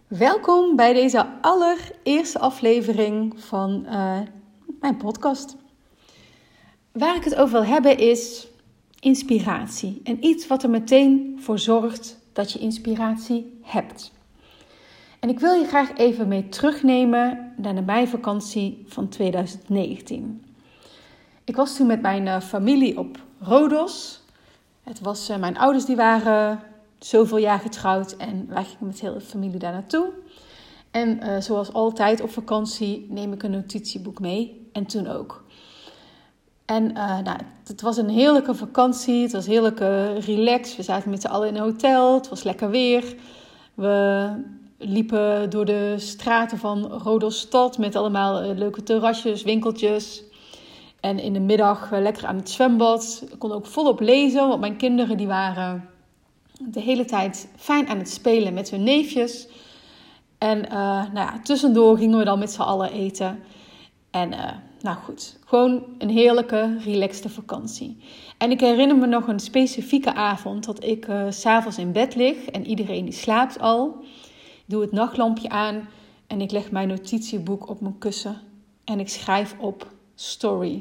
Welkom bij deze allereerste aflevering van mijn podcast. Waar ik het over wil hebben is inspiratie. En iets wat er meteen voor zorgt dat je inspiratie hebt. En ik wil je graag even mee terugnemen naar de meivakantie van 2019. Ik was toen met mijn familie op Rhodos. Het was mijn ouders die waren zoveel jaar getrouwd en wij gingen met de hele familie daar naartoe. En zoals altijd op vakantie neem ik een notitieboek mee. En toen ook. En het was een heerlijke vakantie. Het was heerlijk relax. We zaten met z'n allen in een hotel. Het was lekker weer. We liepen door de straten van Rhodosstad met allemaal leuke terrasjes, winkeltjes. En in de middag lekker aan het zwembad. Ik kon ook volop lezen, want mijn kinderen die waren de hele tijd fijn aan het spelen met hun neefjes. En tussendoor gingen we dan met z'n allen eten. En goed, gewoon een heerlijke, relaxte vakantie. En ik herinner me nog een specifieke avond dat ik 's avonds in bed lig. En iedereen die slaapt al. Ik doe het nachtlampje aan en ik leg mijn notitieboek op mijn kussen. En ik schrijf op story.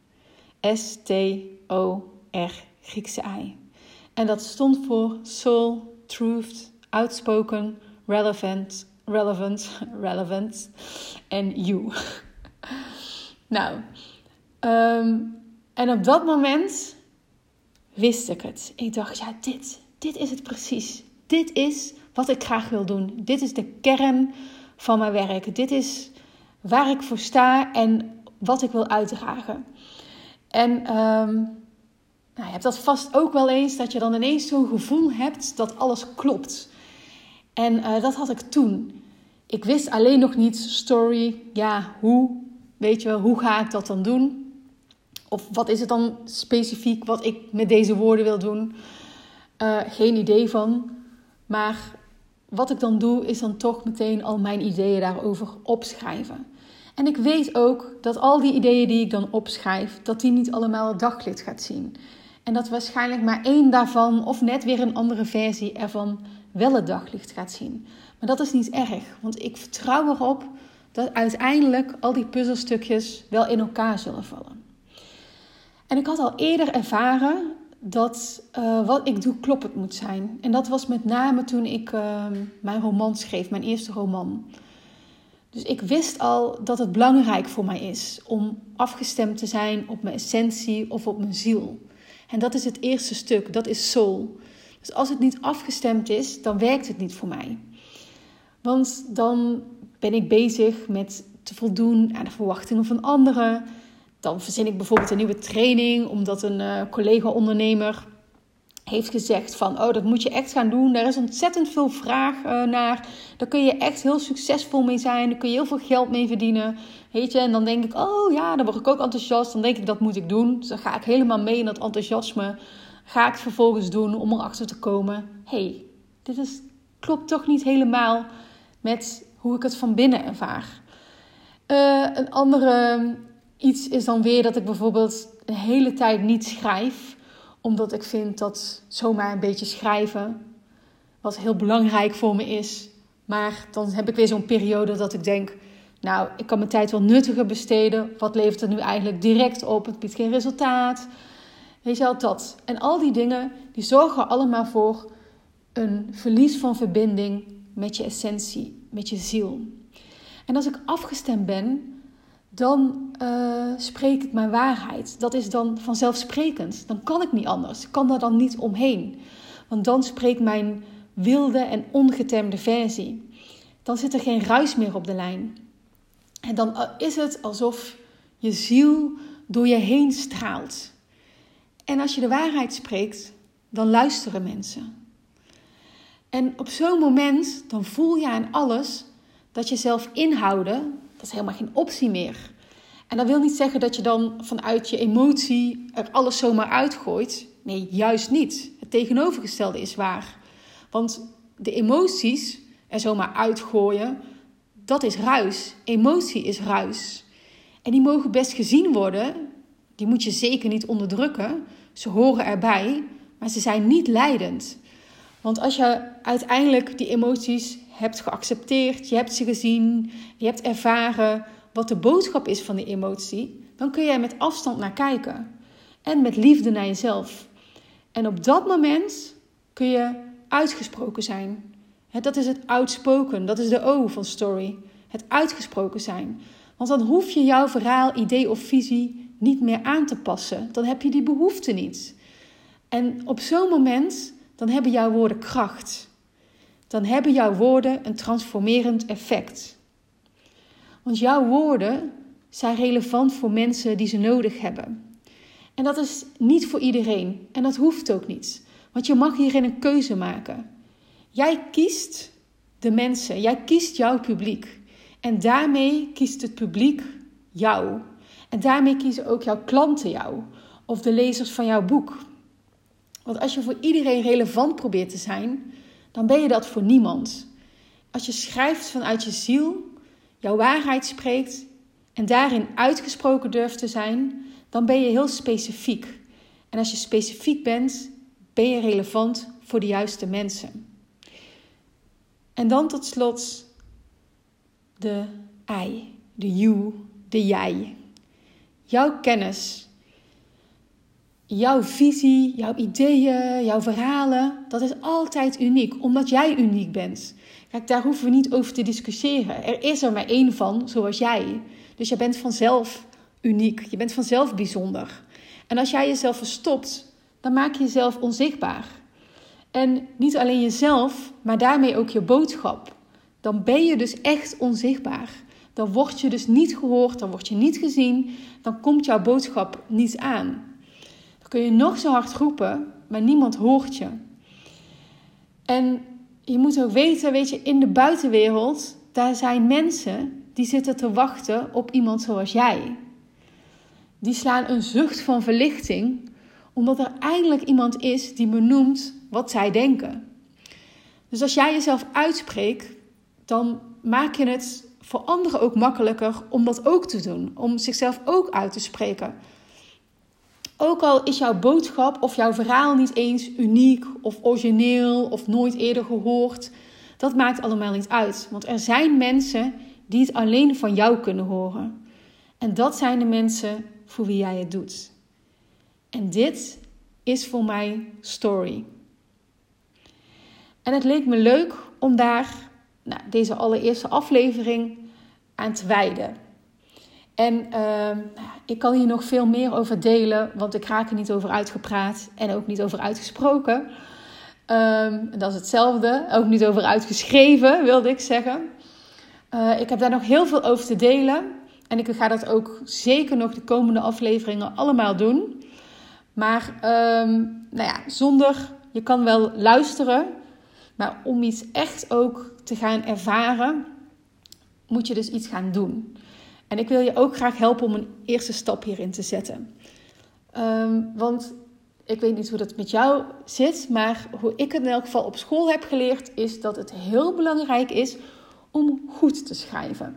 S-T-O-R, Griekse I. En dat stond voor soul, truth, outspoken, relevant en you. En op dat moment wist ik het. Ik dacht, ja, dit is het precies. Dit is wat ik graag wil doen. Dit is de kern van mijn werk. Dit is waar ik voor sta en wat ik wil uitdragen. En je hebt dat vast ook wel eens, dat je dan ineens zo'n gevoel hebt dat alles klopt. En dat had ik toen. Ik wist alleen nog niet, story, hoe ga ik dat dan doen? Of wat is het dan specifiek wat ik met deze woorden wil doen? Geen idee van. Maar wat ik dan doe, is dan toch meteen al mijn ideeën daarover opschrijven. En ik weet ook dat al die ideeën die ik dan opschrijf, dat die niet allemaal het daglicht gaat zien. En dat waarschijnlijk maar één daarvan, of net weer een andere versie ervan, wel het daglicht gaat zien. Maar dat is niet erg, want ik vertrouw erop dat uiteindelijk al die puzzelstukjes wel in elkaar zullen vallen. En ik had al eerder ervaren dat wat ik doe kloppend moet zijn. En dat was met name toen ik mijn roman schreef, mijn eerste roman. Dus ik wist al dat het belangrijk voor mij is om afgestemd te zijn op mijn essentie of op mijn ziel. En dat is het eerste stuk, dat is soul. Dus als het niet afgestemd is, dan werkt het niet voor mij. Want dan ben ik bezig met te voldoen aan de verwachtingen van anderen. Dan verzin ik bijvoorbeeld een nieuwe training, omdat een collega-ondernemer heeft gezegd van, dat moet je echt gaan doen. Daar is ontzettend veel vraag naar. Daar kun je echt heel succesvol mee zijn. Daar kun je heel veel geld mee verdienen. Weet je, en dan denk ik, dan word ik ook enthousiast. Dan denk ik, dat moet ik doen. Dus dan ga ik helemaal mee in dat enthousiasme. Ga ik het vervolgens doen om erachter te komen. Klopt toch niet helemaal met hoe ik het van binnen ervaar. Een andere iets is dan weer dat ik bijvoorbeeld de hele tijd niet schrijf, omdat ik vind dat zomaar een beetje schrijven, wat heel belangrijk voor me is. Maar dan heb ik weer zo'n periode dat ik denk, ik kan mijn tijd wel nuttiger besteden. Wat levert er nu eigenlijk direct op? Het biedt geen resultaat. Weet je wel, dat. En al die dingen, die zorgen allemaal voor een verlies van verbinding met je essentie, met je ziel. En als ik afgestemd ben, dan spreek ik mijn waarheid. Dat is dan vanzelfsprekend. Dan kan ik niet anders. Ik kan daar dan niet omheen. Want dan spreekt mijn wilde en ongetemde versie. Dan zit er geen ruis meer op de lijn. En dan is het alsof je ziel door je heen straalt. En als je de waarheid spreekt, dan luisteren mensen. En op zo'n moment, dan voel je aan alles dat je zelf inhouden, dat is helemaal geen optie meer. En dat wil niet zeggen dat je dan vanuit je emotie er alles zomaar uitgooit. Nee, juist niet. Het tegenovergestelde is waar. Want de emoties er zomaar uitgooien, dat is ruis. Emotie is ruis. En die mogen best gezien worden. Die moet je zeker niet onderdrukken. Ze horen erbij, maar ze zijn niet leidend. Want als je uiteindelijk die emoties hebt geaccepteerd, je hebt ze gezien, je hebt ervaren wat de boodschap is van die emotie, dan kun jij met afstand naar kijken. En met liefde naar jezelf. En op dat moment kun je uitgesproken zijn. Dat is het outspoken, dat is de O van story. Het uitgesproken zijn. Want dan hoef je jouw verhaal, idee of visie niet meer aan te passen. Dan heb je die behoefte niet. En op zo'n moment, dan hebben jouw woorden kracht. Dan hebben jouw woorden een transformerend effect. Want jouw woorden zijn relevant voor mensen die ze nodig hebben. En dat is niet voor iedereen. En dat hoeft ook niet. Want je mag hierin een keuze maken. Jij kiest de mensen. Jij kiest jouw publiek. En daarmee kiest het publiek jou. En daarmee kiezen ook jouw klanten jou. Of de lezers van jouw boek. Want als je voor iedereen relevant probeert te zijn, dan ben je dat voor niemand. Als je schrijft vanuit je ziel, jouw waarheid spreekt en daarin uitgesproken durft te zijn, dan ben je heel specifiek. En als je specifiek bent, ben je relevant voor de juiste mensen. En dan tot slot de I, de you, de jij. Jouw kennis, jouw visie, jouw ideeën, jouw verhalen, dat is altijd uniek, omdat jij uniek bent. Kijk, daar hoeven we niet over te discussiëren. Er is er maar één van, zoals jij. Dus je bent vanzelf uniek, je bent vanzelf bijzonder. En als jij jezelf verstopt, dan maak je jezelf onzichtbaar. En niet alleen jezelf, maar daarmee ook je boodschap. Dan ben je dus echt onzichtbaar. Dan word je dus niet gehoord, dan word je niet gezien. Dan komt jouw boodschap niet aan. Dan kun je nog zo hard roepen, maar niemand hoort je. En je moet ook weten, weet je, in de buitenwereld, daar zijn mensen die zitten te wachten op iemand zoals jij. Die slaan een zucht van verlichting, omdat er eindelijk iemand is die benoemt wat zij denken. Dus als jij jezelf uitspreekt, dan maak je het voor anderen ook makkelijker om dat ook te doen. Om zichzelf ook uit te spreken. Ook al is jouw boodschap of jouw verhaal niet eens uniek of origineel of nooit eerder gehoord. Dat maakt allemaal niet uit. Want er zijn mensen die het alleen van jou kunnen horen. En dat zijn de mensen voor wie jij het doet. En dit is voor mij story. En het leek me leuk om daar deze allereerste aflevering aan te wijden. En ik kan hier nog veel meer over delen, want ik raak er niet over uitgepraat en ook niet over uitgesproken. Dat is hetzelfde, ook niet over uitgeschreven, wilde ik zeggen. Ik heb daar nog heel veel over te delen. En ik ga dat ook zeker nog de komende afleveringen allemaal doen. Maar je kan wel luisteren. Maar om iets echt ook te gaan ervaren, moet je dus iets gaan doen. En ik wil je ook graag helpen om een eerste stap hierin te zetten. Want ik weet niet hoe dat met jou zit, maar hoe ik het in elk geval op school heb geleerd, is dat het heel belangrijk is om goed te schrijven.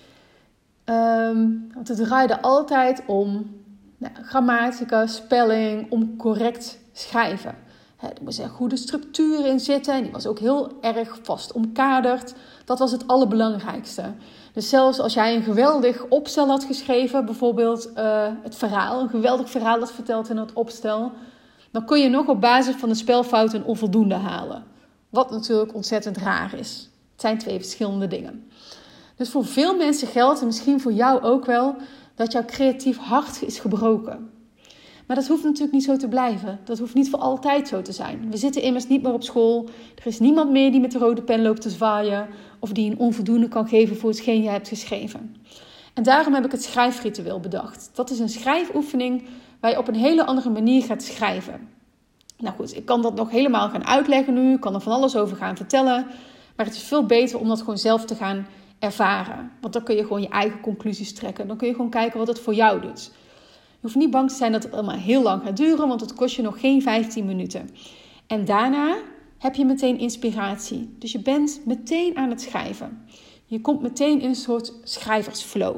Want het draaide altijd om grammatica, spelling, om correct schrijven. Er moest een goede structuur in zitten en die was ook heel erg vast omkaderd. Dat was het allerbelangrijkste. Dus zelfs als jij een geweldig opstel had geschreven, bijvoorbeeld het verhaal, een geweldig verhaal dat vertelt in het opstel, dan kun je nog op basis van de spelfouten een onvoldoende halen. Wat natuurlijk ontzettend raar is. Het zijn twee verschillende dingen. Dus voor veel mensen geldt, en misschien voor jou ook wel, dat jouw creatief hart is gebroken. Maar dat hoeft natuurlijk niet zo te blijven. Dat hoeft niet voor altijd zo te zijn. We zitten immers niet meer op school. Er is niemand meer die met de rode pen loopt te zwaaien. Of die een onvoldoende kan geven voor hetgeen je hebt geschreven. En daarom heb ik het schrijfritueel bedacht. Dat is een schrijfoefening waar je op een hele andere manier gaat schrijven. Nou goed, ik kan dat nog helemaal gaan uitleggen nu. Ik kan er van alles over gaan vertellen. Maar het is veel beter om dat gewoon zelf te gaan ervaren. Want dan kun je gewoon je eigen conclusies trekken. Dan kun je gewoon kijken wat het voor jou doet. Je hoeft niet bang te zijn dat het allemaal heel lang gaat duren, want het kost je nog geen 15 minuten. En daarna heb je meteen inspiratie. Dus je bent meteen aan het schrijven. Je komt meteen in een soort schrijversflow.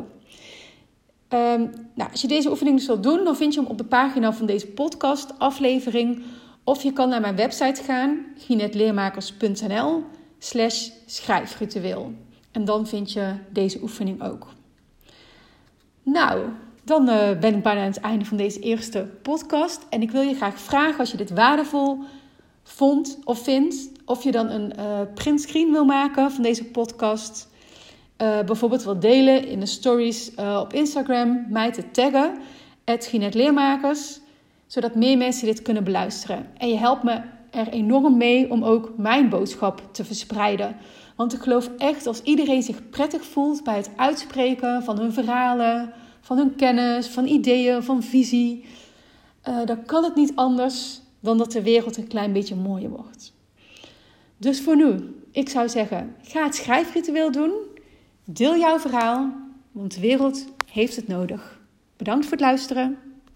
Als je deze oefening dus wilt doen, dan vind je hem op de pagina van deze podcastaflevering. Of je kan naar mijn website gaan, ginetleermakers.nl. /schrijfritueel. En dan vind je deze oefening ook. Nou, dan ben ik bijna aan het einde van deze eerste podcast. En ik wil je graag vragen, als je dit waardevol vond of vindt, of je dan een printscreen wil maken van deze podcast. Bijvoorbeeld wil delen in de stories op Instagram, mij te taggen, @GinetLeermakers, zodat meer mensen dit kunnen beluisteren. En je helpt me er enorm mee om ook mijn boodschap te verspreiden. Want ik geloof echt, als iedereen zich prettig voelt bij het uitspreken van hun verhalen, van hun kennis, van ideeën, van visie, dan kan het niet anders dan dat de wereld een klein beetje mooier wordt. Dus voor nu, ik zou zeggen, ga het schrijfritueel doen. Deel jouw verhaal, want de wereld heeft het nodig. Bedankt voor het luisteren.